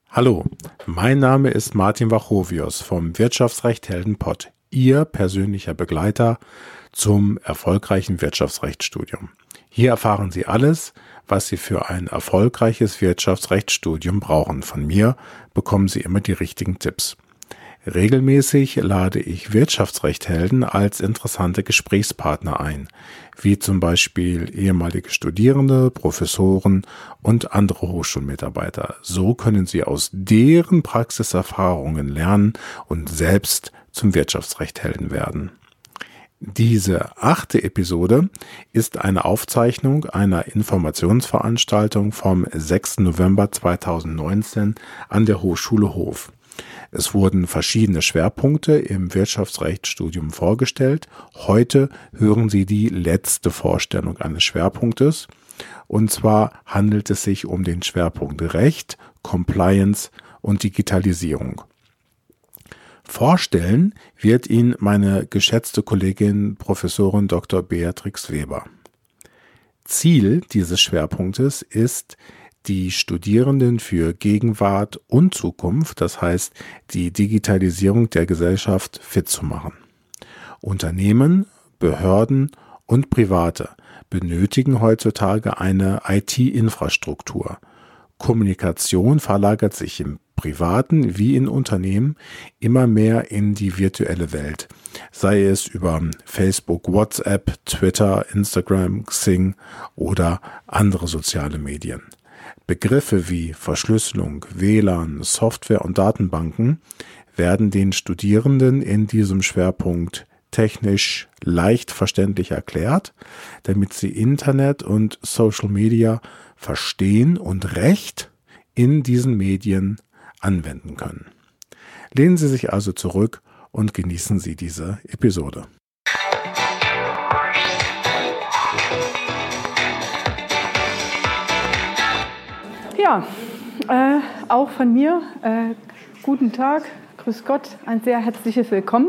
Hallo, mein Name ist Martin Wachovius vom Wirtschaftsrecht Heldenpott, Ihr persönlicher Begleiter zum erfolgreichen Wirtschaftsrechtsstudium. Hier erfahren Sie alles, was Sie für ein erfolgreiches Wirtschaftsrechtsstudium brauchen. Von mir bekommen Sie immer die richtigen Tipps. Regelmäßig lade ich Wirtschaftsrechthelden als interessante Gesprächspartner ein, wie zum Beispiel ehemalige Studierende, Professoren und andere Hochschulmitarbeiter. So können Sie aus deren Praxiserfahrungen lernen und selbst zum Wirtschaftsrechthelden werden. Diese 8. Episode ist eine Aufzeichnung einer Informationsveranstaltung vom 6. November 2019 an der Hochschule Hof. Es wurden verschiedene Schwerpunkte im Wirtschaftsrechtsstudium vorgestellt. Heute hören Sie die letzte Vorstellung eines Schwerpunktes. Und zwar handelt es sich um den Schwerpunkt Recht, Compliance und Digitalisierung. Vorstellen wird ihn meine geschätzte Kollegin Professorin Dr. Beatrix Weber. Ziel dieses Schwerpunktes ist, die Studierenden für Gegenwart und Zukunft, das heißt die Digitalisierung der Gesellschaft, fit zu machen. Unternehmen, Behörden und Private benötigen heutzutage eine IT-Infrastruktur. Kommunikation verlagert sich im Privaten wie in Unternehmen immer mehr in die virtuelle Welt, sei es über Facebook, WhatsApp, Twitter, Instagram, Xing oder andere soziale Medien. Begriffe wie Verschlüsselung, WLAN, Software und Datenbanken werden den Studierenden in diesem Schwerpunkt technisch leicht verständlich erklärt, damit sie Internet und Social Media verstehen und Recht in diesen Medien anwenden können. Lehnen Sie sich also zurück und genießen Sie diese Episode. Ja, auch von mir guten Tag, grüß Gott, ein sehr herzliches Willkommen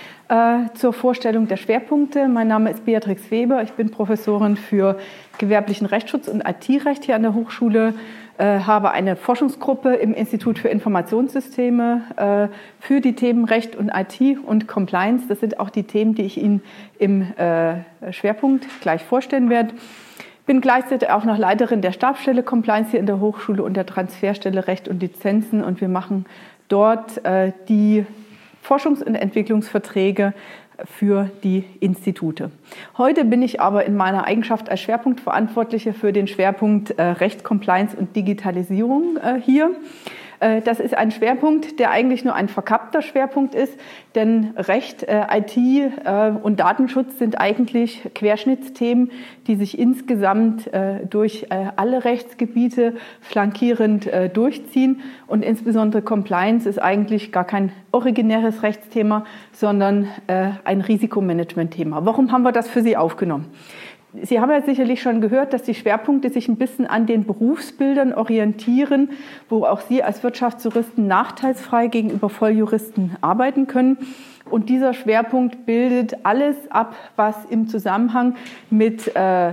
zur Vorstellung der Schwerpunkte. Mein Name ist Beatrix Weber, ich bin Professorin für gewerblichen Rechtsschutz und IT-Recht hier an der Hochschule, habe eine Forschungsgruppe im Institut für Informationssysteme für die Themen Recht und IT und Compliance. Das sind auch die Themen, die ich Ihnen im Schwerpunkt gleich vorstellen werde. Bin gleichzeitig auch noch Leiterin der Stabsstelle Compliance hier in der Hochschule und der Transferstelle Recht und Lizenzen, und wir machen dort die Forschungs- und Entwicklungsverträge für die Institute. Heute bin ich aber in meiner Eigenschaft als Schwerpunktverantwortliche für den Schwerpunkt Recht, Compliance und Digitalisierung hier. Das ist ein Schwerpunkt, der eigentlich nur ein verkappter Schwerpunkt ist, denn Recht, IT und Datenschutz sind eigentlich Querschnittsthemen, die sich insgesamt durch alle Rechtsgebiete flankierend durchziehen, und insbesondere Compliance ist eigentlich gar kein originäres Rechtsthema, sondern ein Risikomanagement-Thema. Warum haben wir das für Sie aufgenommen? Sie haben ja sicherlich schon gehört, dass die Schwerpunkte sich ein bisschen an den Berufsbildern orientieren, wo auch Sie als Wirtschaftsjuristen nachteilsfrei gegenüber Volljuristen arbeiten können. Und dieser Schwerpunkt bildet alles ab, was im Zusammenhang mit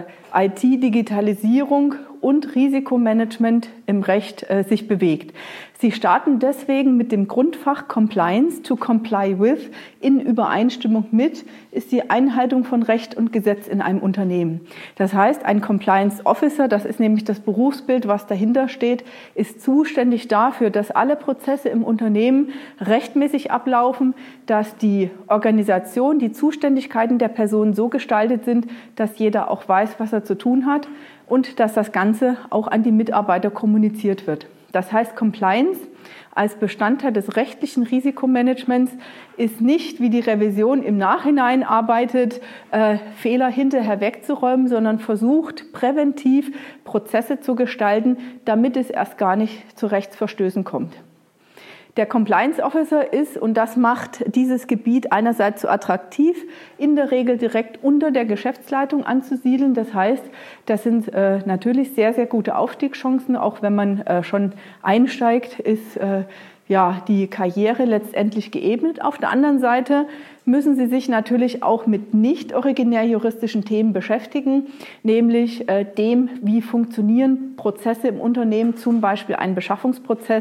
IT, Digitalisierung und Risikomanagement im Recht sich bewegt. Sie starten deswegen mit dem Grundfach Compliance, to comply with, in Übereinstimmung mit, ist die Einhaltung von Recht und Gesetz in einem Unternehmen. Das heißt, ein Compliance Officer, das ist nämlich das Berufsbild, was dahinter steht, ist zuständig dafür, dass alle Prozesse im Unternehmen rechtmäßig ablaufen, dass die Organisation, die Zuständigkeiten der Personen so gestaltet sind, dass jeder auch weiß, was er zu tun hat, und dass das Ganze auch an die Mitarbeiter kommuniziert wird. Das heißt, Compliance als Bestandteil des rechtlichen Risikomanagements ist nicht, wie die Revision im Nachhinein arbeitet, Fehler hinterher wegzuräumen, sondern versucht, präventiv Prozesse zu gestalten, damit es erst gar nicht zu Rechtsverstößen kommt. Der Compliance Officer ist, und das macht dieses Gebiet einerseits so attraktiv, in der Regel direkt unter der Geschäftsleitung anzusiedeln. Das heißt, das sind natürlich sehr, sehr gute Aufstiegschancen. Auch wenn man schon einsteigt, ist die Karriere letztendlich geebnet. Auf der anderen Seite müssen Sie sich natürlich auch mit nicht originär juristischen Themen beschäftigen, nämlich dem, wie funktionieren Prozesse im Unternehmen, zum Beispiel ein Beschaffungsprozess,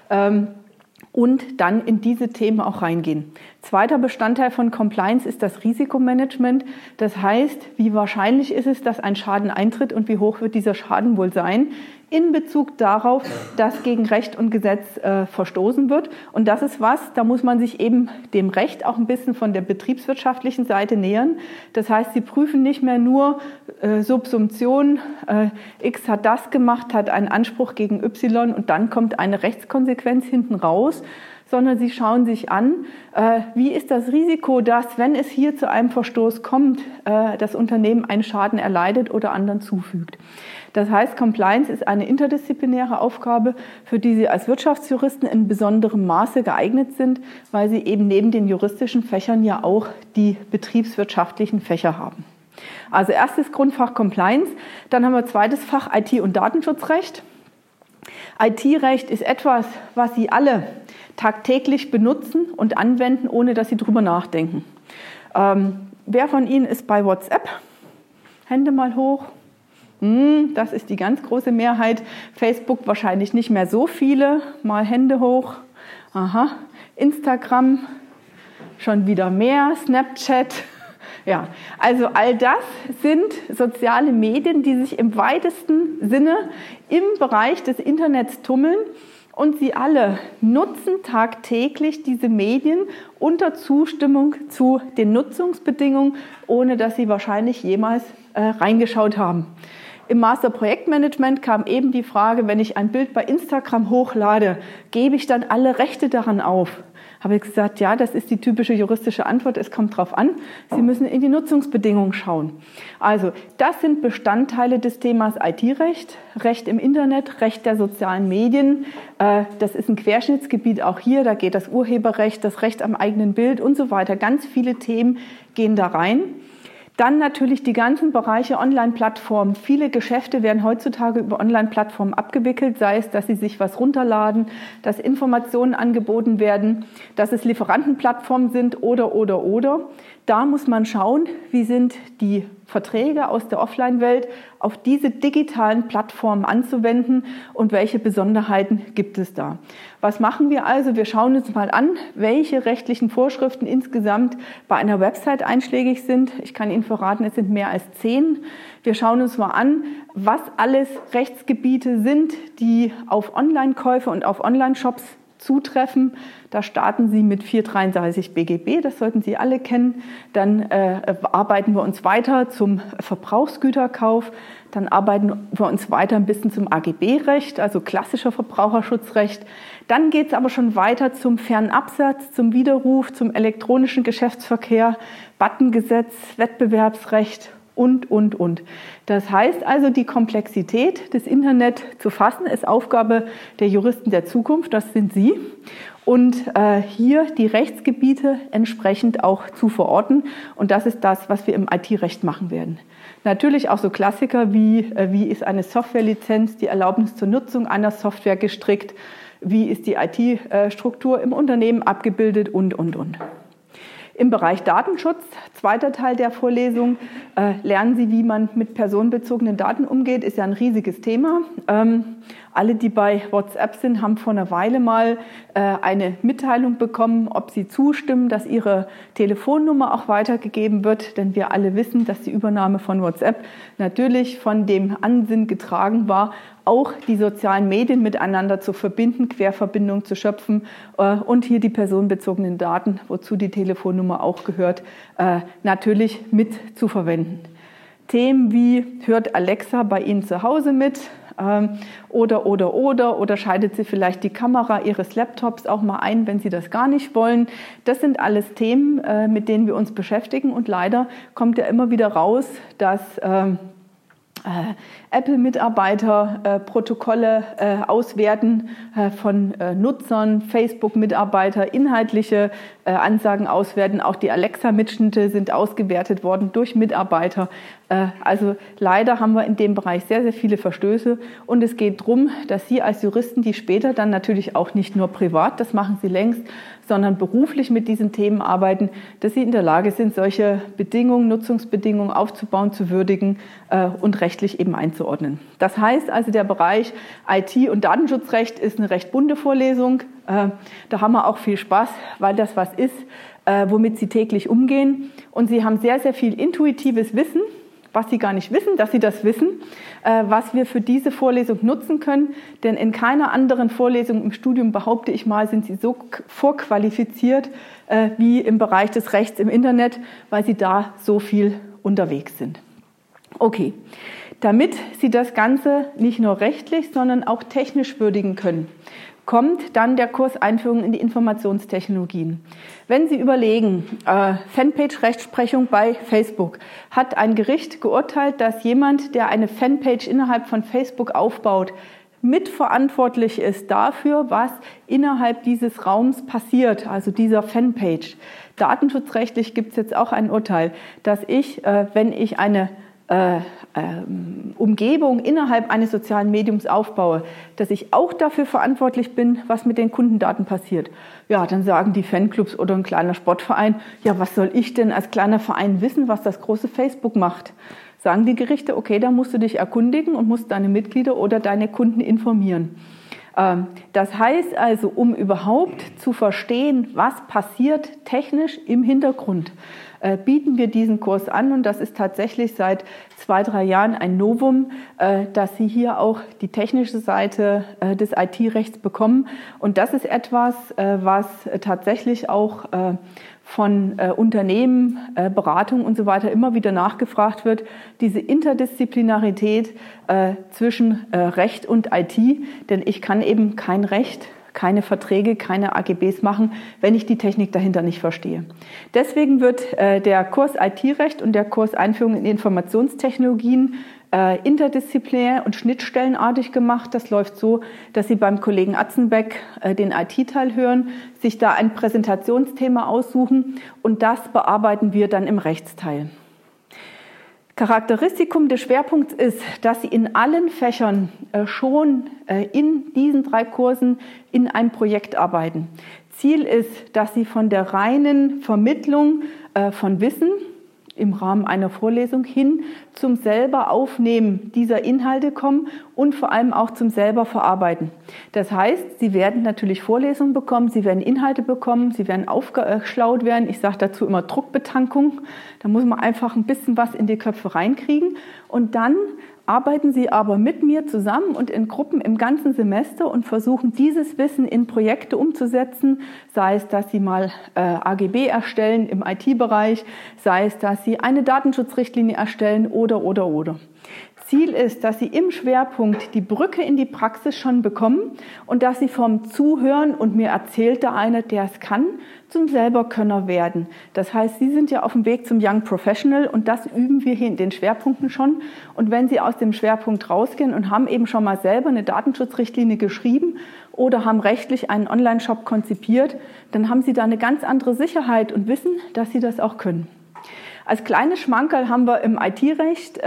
und dann in diese Themen auch reingehen. Zweiter Bestandteil von Compliance ist das Risikomanagement. Das heißt, wie wahrscheinlich ist es, dass ein Schaden eintritt und wie hoch wird dieser Schaden wohl sein, in Bezug darauf, dass gegen Recht und Gesetz verstoßen wird. Und das ist was, da muss man sich eben dem Recht auch ein bisschen von der betriebswirtschaftlichen Seite nähern. Das heißt, Sie prüfen nicht mehr nur Subsumption, X hat das gemacht, hat einen Anspruch gegen Y und dann kommt eine Rechtskonsequenz hinten raus, sondern Sie schauen sich an, wie ist das Risiko, dass, wenn es hier zu einem Verstoß kommt, das Unternehmen einen Schaden erleidet oder anderen zufügt. Das heißt, Compliance ist eine interdisziplinäre Aufgabe, für die Sie als Wirtschaftsjuristen in besonderem Maße geeignet sind, weil Sie eben neben den juristischen Fächern ja auch die betriebswirtschaftlichen Fächer haben. Also erstes Grundfach Compliance, dann haben wir zweites Fach IT- und Datenschutzrecht. IT-Recht ist etwas, was Sie alle tagtäglich benutzen und anwenden, ohne dass Sie drüber nachdenken. Wer von Ihnen ist bei WhatsApp? Hände mal hoch. Das ist die ganz große Mehrheit. Facebook wahrscheinlich nicht mehr so viele. Mal Hände hoch. Aha. Instagram schon wieder mehr. Snapchat. Ja, also all das sind soziale Medien, die sich im weitesten Sinne im Bereich des Internets tummeln. Und Sie alle nutzen tagtäglich diese Medien unter Zustimmung zu den Nutzungsbedingungen, ohne dass Sie wahrscheinlich jemals reingeschaut haben. Im Masterprojektmanagement kam eben die Frage, wenn ich ein Bild bei Instagram hochlade, gebe ich dann alle Rechte daran auf? Habe ich gesagt, ja, das ist die typische juristische Antwort, es kommt drauf an. Sie müssen in die Nutzungsbedingungen schauen. Also, das sind Bestandteile des Themas IT-Recht, Recht im Internet, Recht der sozialen Medien. Das ist ein Querschnittsgebiet auch hier, da geht das Urheberrecht, das Recht am eigenen Bild und so weiter. Ganz viele Themen gehen da rein. Dann natürlich die ganzen Bereiche Online-Plattformen. Viele Geschäfte werden heutzutage über Online-Plattformen abgewickelt, sei es, dass Sie sich was runterladen, dass Informationen angeboten werden, dass es Lieferantenplattformen sind oder. Da muss man schauen, wie sind die Verträge aus der Offline-Welt auf diese digitalen Plattformen anzuwenden und welche Besonderheiten gibt es da. Was machen wir also? Wir schauen uns mal an, welche rechtlichen Vorschriften insgesamt bei einer Website einschlägig sind. Ich kann Ihnen verraten, es sind mehr als 10. Wir schauen uns mal an, was alles Rechtsgebiete sind, die auf Online-Käufe und auf Online-Shops zutreffen. Da starten Sie mit 433 BGB, das sollten Sie alle kennen. Dann arbeiten wir uns weiter zum Verbrauchsgüterkauf. Dann arbeiten wir uns weiter ein bisschen zum AGB-Recht, also klassischer Verbraucherschutzrecht. Dann geht es aber schon weiter zum Fernabsatz, zum Widerruf, zum elektronischen Geschäftsverkehr, Buttongesetz, Wettbewerbsrecht und. Das heißt also, die Komplexität des Internet zu fassen, ist Aufgabe der Juristen der Zukunft, das sind Sie. Und hier die Rechtsgebiete entsprechend auch zu verorten. Und das ist das, was wir im IT-Recht machen werden. Natürlich auch so Klassiker wie ist eine Softwarelizenz, die Erlaubnis zur Nutzung einer Software gestrickt, wie ist die IT-Struktur im Unternehmen abgebildet und. Im Bereich Datenschutz, zweiter Teil der Vorlesung, lernen Sie, wie man mit personenbezogenen Daten umgeht, ist ja ein riesiges Thema. Alle, die bei WhatsApp sind, haben vor einer Weile mal eine Mitteilung bekommen, ob sie zustimmen, dass ihre Telefonnummer auch weitergegeben wird. Denn wir alle wissen, dass die Übernahme von WhatsApp natürlich von dem Ansinnen getragen war, auch die sozialen Medien miteinander zu verbinden, Querverbindungen zu schöpfen und hier die personenbezogenen Daten, wozu die Telefonnummer auch gehört, natürlich mit zu verwenden. Themen wie, hört Alexa bei Ihnen zu Hause mit? Oder schaltet sie vielleicht die Kamera Ihres Laptops auch mal ein, wenn Sie das gar nicht wollen. Das sind alles Themen, mit denen wir uns beschäftigen und leider kommt ja immer wieder raus, dass Apple-Mitarbeiter Protokolle auswerten von Nutzern, Facebook-Mitarbeiter inhaltliche Ansagen auswerten. Auch die Alexa-Mitschnitte sind ausgewertet worden durch Mitarbeiter. Also leider haben wir in dem Bereich sehr, sehr viele Verstöße. Und es geht darum, dass Sie als Juristen, die später dann natürlich auch nicht nur privat, das machen Sie längst, sondern beruflich mit diesen Themen arbeiten, dass Sie in der Lage sind, solche Bedingungen, Nutzungsbedingungen aufzubauen, zu würdigen und rechtlich eben einzuordnen. Das heißt also, der Bereich IT- und Datenschutzrecht ist eine recht bunte Vorlesung. Da haben wir auch viel Spaß, weil das was ist, womit Sie täglich umgehen. Und Sie haben sehr, sehr viel intuitives Wissen, was Sie gar nicht wissen, dass Sie das wissen, was wir für diese Vorlesung nutzen können. Denn in keiner anderen Vorlesung im Studium, behaupte ich mal, sind Sie so vorqualifiziert wie im Bereich des Rechts im Internet, weil Sie da so viel unterwegs sind. Okay, damit Sie das Ganze nicht nur rechtlich, sondern auch technisch würdigen können, kommt dann der Kurs Einführung in die Informationstechnologien. Wenn Sie überlegen, Fanpage-Rechtsprechung bei Facebook, hat ein Gericht geurteilt, dass jemand, der eine Fanpage innerhalb von Facebook aufbaut, mitverantwortlich ist dafür, was innerhalb dieses Raums passiert, also dieser Fanpage. Datenschutzrechtlich gibt es jetzt auch ein Urteil, dass ich, wenn ich eine Umgebung innerhalb eines sozialen Mediums aufbaue, dass ich auch dafür verantwortlich bin, was mit den Kundendaten passiert. Ja, dann sagen die Fanclubs oder ein kleiner Sportverein, ja, was soll ich denn als kleiner Verein wissen, was das große Facebook macht? Sagen die Gerichte, okay, da musst du dich erkundigen und musst deine Mitglieder oder deine Kunden informieren. Das heißt also, um überhaupt zu verstehen, was passiert technisch im Hintergrund, bieten wir diesen Kurs an, und das ist tatsächlich seit 2-3 Jahren ein Novum, dass Sie hier auch die technische Seite des IT-Rechts bekommen. Und das ist etwas, was tatsächlich auch von Unternehmen, Beratung und so weiter immer wieder nachgefragt wird, diese Interdisziplinarität zwischen Recht und IT, denn ich kann eben kein Recht, keine Verträge, keine AGBs machen, wenn ich die Technik dahinter nicht verstehe. Deswegen wird der Kurs IT-Recht und der Kurs Einführung in Informationstechnologien interdisziplinär und schnittstellenartig gemacht. Das läuft so, dass Sie beim Kollegen Atzenbeck den IT-Teil hören, sich da ein Präsentationsthema aussuchen und das bearbeiten wir dann im Rechtsteil. Charakteristikum des Schwerpunkts ist, dass Sie in allen Fächern schon in diesen 3 Kursen in einem Projekt arbeiten. Ziel ist, dass Sie von der reinen Vermittlung von Wissen im Rahmen einer Vorlesung hin zum selber Aufnehmen dieser Inhalte kommen und vor allem auch zum selber Verarbeiten. Das heißt, Sie werden natürlich Vorlesungen bekommen, Sie werden Inhalte bekommen, Sie werden aufgeschlaut werden. Ich sage dazu immer Druckbetankung. Da muss man einfach ein bisschen was in die Köpfe reinkriegen. Und dann arbeiten Sie aber mit mir zusammen und in Gruppen im ganzen Semester und versuchen, dieses Wissen in Projekte umzusetzen, sei es, dass Sie mal AGB erstellen im IT-Bereich, sei es, dass Sie eine Datenschutzrichtlinie erstellen oder. Ziel ist, dass Sie im Schwerpunkt die Brücke in die Praxis schon bekommen und dass Sie vom Zuhören und mir erzählt da einer, der es kann, zum Selberkönner werden. Das heißt, Sie sind ja auf dem Weg zum Young Professional und das üben wir hier in den Schwerpunkten schon. Und wenn Sie aus dem Schwerpunkt rausgehen und haben eben schon mal selber eine Datenschutzrichtlinie geschrieben oder haben rechtlich einen Online-Shop konzipiert, dann haben Sie da eine ganz andere Sicherheit und wissen, dass Sie das auch können. Als kleines Schmankerl haben wir im IT-Recht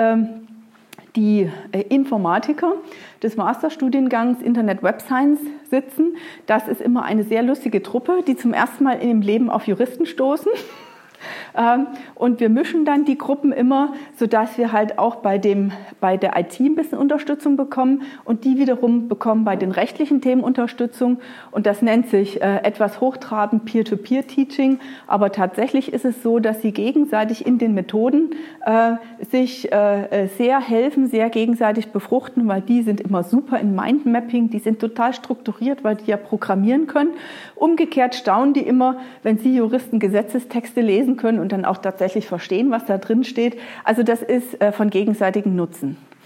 die Informatiker des Masterstudiengangs Internet Web Science sitzen. Das ist immer eine sehr lustige Truppe, die zum ersten Mal in ihrem Leben auf Juristen stoßen. Und wir mischen dann die Gruppen immer, sodass wir halt auch bei der IT ein bisschen Unterstützung bekommen und die wiederum bekommen bei den rechtlichen Themen Unterstützung. Und das nennt sich etwas hochtrabend Peer-to-Peer-Teaching. Aber tatsächlich ist es so, dass sie gegenseitig in den Methoden sich sehr helfen, sehr gegenseitig befruchten, weil die sind immer super in Mindmapping, die sind total strukturiert, weil die ja programmieren können. Umgekehrt staunen die immer, wenn sie Juristen Gesetzestexte lesen können und dann auch tatsächlich verstehen, was da drin steht. Also das ist von gegenseitigem Nutzen.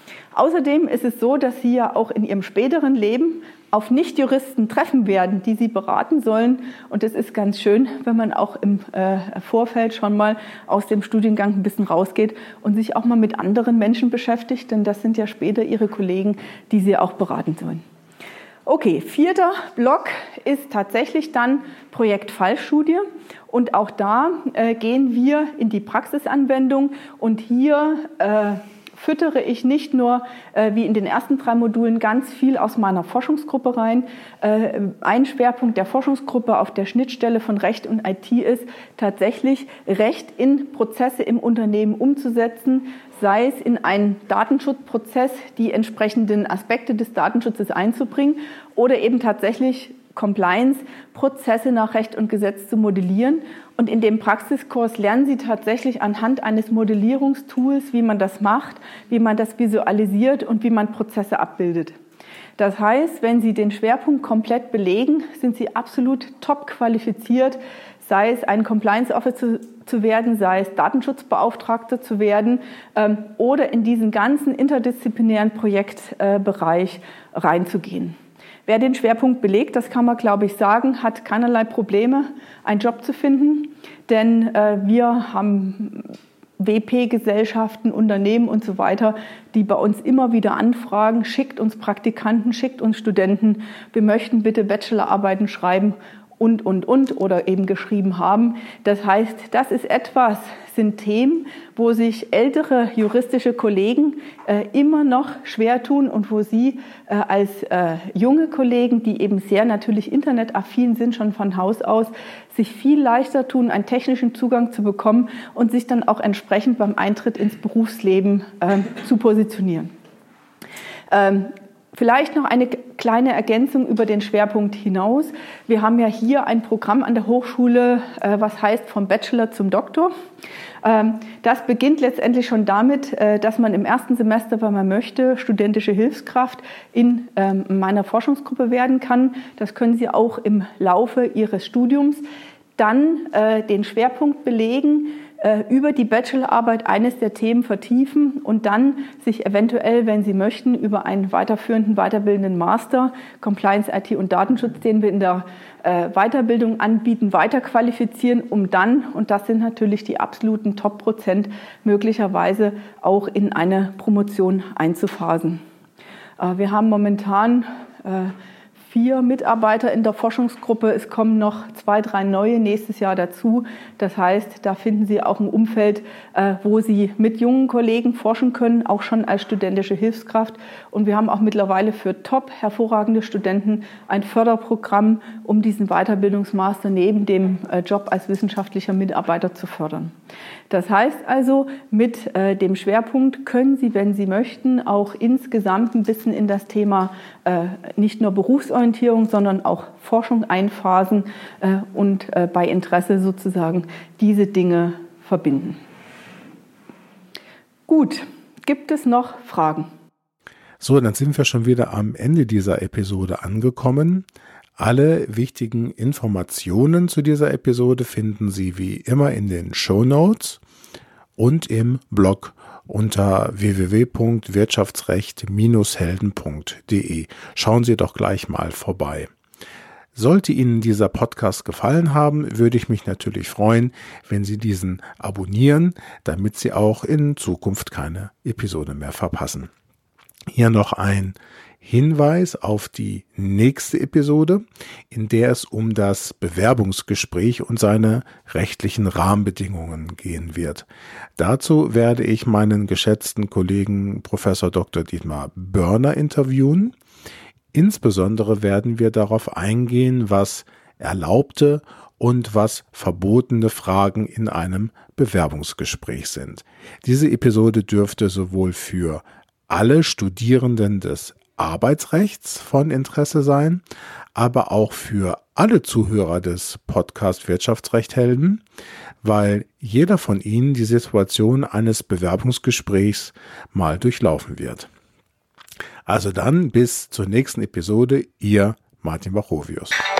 Außerdem ist es so, dass Sie ja auch in Ihrem späteren Leben auf Nichtjuristen treffen werden, die Sie beraten sollen. Und es ist ganz schön, wenn man auch im Vorfeld schon mal aus dem Studiengang ein bisschen rausgeht und sich auch mal mit anderen Menschen beschäftigt, denn das sind ja später Ihre Kollegen, die Sie auch beraten sollen. Okay, 4. Block ist tatsächlich dann Projekt Fallstudie. Und auch da gehen wir in die Praxisanwendung und hier füttere ich nicht nur, wie in den ersten 3 Modulen, ganz viel aus meiner Forschungsgruppe rein. Ein Schwerpunkt der Forschungsgruppe auf der Schnittstelle von Recht und IT ist tatsächlich, Recht in Prozesse im Unternehmen umzusetzen, sei es in einen Datenschutzprozess, die entsprechenden Aspekte des Datenschutzes einzubringen oder eben tatsächlich Compliance-Prozesse nach Recht und Gesetz zu modellieren. Und in dem Praxiskurs lernen Sie tatsächlich anhand eines Modellierungstools, wie man das macht, wie man das visualisiert und wie man Prozesse abbildet. Das heißt, wenn Sie den Schwerpunkt komplett belegen, sind Sie absolut top qualifiziert, sei es ein Compliance Officer zu werden, sei es Datenschutzbeauftragter zu werden oder in diesen ganzen interdisziplinären Projektbereich reinzugehen. Wer den Schwerpunkt belegt, das kann man, glaube ich, sagen, hat keinerlei Probleme, einen Job zu finden, denn wir haben WP-Gesellschaften, Unternehmen und so weiter, die bei uns immer wieder anfragen, schickt uns Praktikanten, schickt uns Studenten, wir möchten bitte Bachelorarbeiten schreiben und oder eben geschrieben haben. Das heißt, das ist sind Themen, wo sich ältere juristische Kollegen immer noch schwer tun und wo Sie als junge Kollegen, die eben sehr natürlich internetaffin sind, schon von Haus aus, sich viel leichter tun, einen technischen Zugang zu bekommen und sich dann auch entsprechend beim Eintritt ins Berufsleben zu positionieren. Vielleicht noch eine kleine Ergänzung über den Schwerpunkt hinaus. Wir haben ja hier ein Programm an der Hochschule, was heißt vom Bachelor zum Doktor. Das beginnt letztendlich schon damit, dass man im ersten Semester, wenn man möchte, studentische Hilfskraft in meiner Forschungsgruppe werden kann. Das können Sie auch im Laufe Ihres Studiums. Dann den Schwerpunkt belegen, über die Bachelorarbeit eines der Themen vertiefen und dann sich eventuell, wenn Sie möchten, über einen weiterführenden, weiterbildenden Master, Compliance, IT und Datenschutz, den wir in der Weiterbildung anbieten, weiterqualifizieren, um dann, und das sind natürlich die absoluten Top-Prozent, möglicherweise auch in eine Promotion einzuphasen. Wir haben momentan 4 Mitarbeiter in der Forschungsgruppe. Es kommen noch 2, 3 neue nächstes Jahr dazu. Das heißt, da finden Sie auch ein Umfeld, wo Sie mit jungen Kollegen forschen können, auch schon als studentische Hilfskraft. Und wir haben auch mittlerweile für top hervorragende Studenten ein Förderprogramm, um diesen Weiterbildungsmaster neben dem Job als wissenschaftlicher Mitarbeiter zu fördern. Das heißt also, mit dem Schwerpunkt können Sie, wenn Sie möchten, auch insgesamt ein bisschen in das Thema nicht nur Berufsorientierung, sondern auch Forschung einphasen und bei Interesse sozusagen diese Dinge verbinden. Gut, gibt es noch Fragen? So, dann sind wir schon wieder am Ende dieser Episode angekommen. Alle wichtigen Informationen zu dieser Episode finden Sie wie immer in den Shownotes und im Blog unter www.wirtschaftsrecht-helden.de. Schauen Sie doch gleich mal vorbei. Sollte Ihnen dieser Podcast gefallen haben, würde ich mich natürlich freuen, wenn Sie diesen abonnieren, damit Sie auch in Zukunft keine Episode mehr verpassen. Hier noch ein Hinweis auf die nächste Episode, in der es um das Bewerbungsgespräch und seine rechtlichen Rahmenbedingungen gehen wird. Dazu werde ich meinen geschätzten Kollegen Professor Dr. Dietmar Börner interviewen. Insbesondere werden wir darauf eingehen, was erlaubte und was verbotene Fragen in einem Bewerbungsgespräch sind. Diese Episode dürfte sowohl für alle Studierenden des Arbeitsrechts von Interesse sein, aber auch für alle Zuhörer des Podcast Wirtschaftsrecht Helden, weil jeder von Ihnen die Situation eines Bewerbungsgesprächs mal durchlaufen wird. Also dann bis zur nächsten Episode, Ihr Martin Bachovius.